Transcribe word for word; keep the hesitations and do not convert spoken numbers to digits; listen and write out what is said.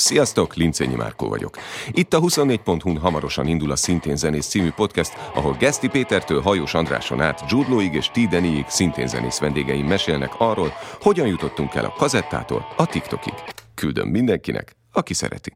Sziasztok, Lincényi Márkó vagyok. Itt a huszonnégy pont hu-n hamarosan indul a Szintén zenész című podcast, ahol Geszti Pétertől Hajós Andráson át Jude Lawig és T. Dannyig szintén zenész vendégeim mesélnek arról, hogyan jutottunk el a kazettától a TikTokig. Küldöm mindenkinek, aki szereti.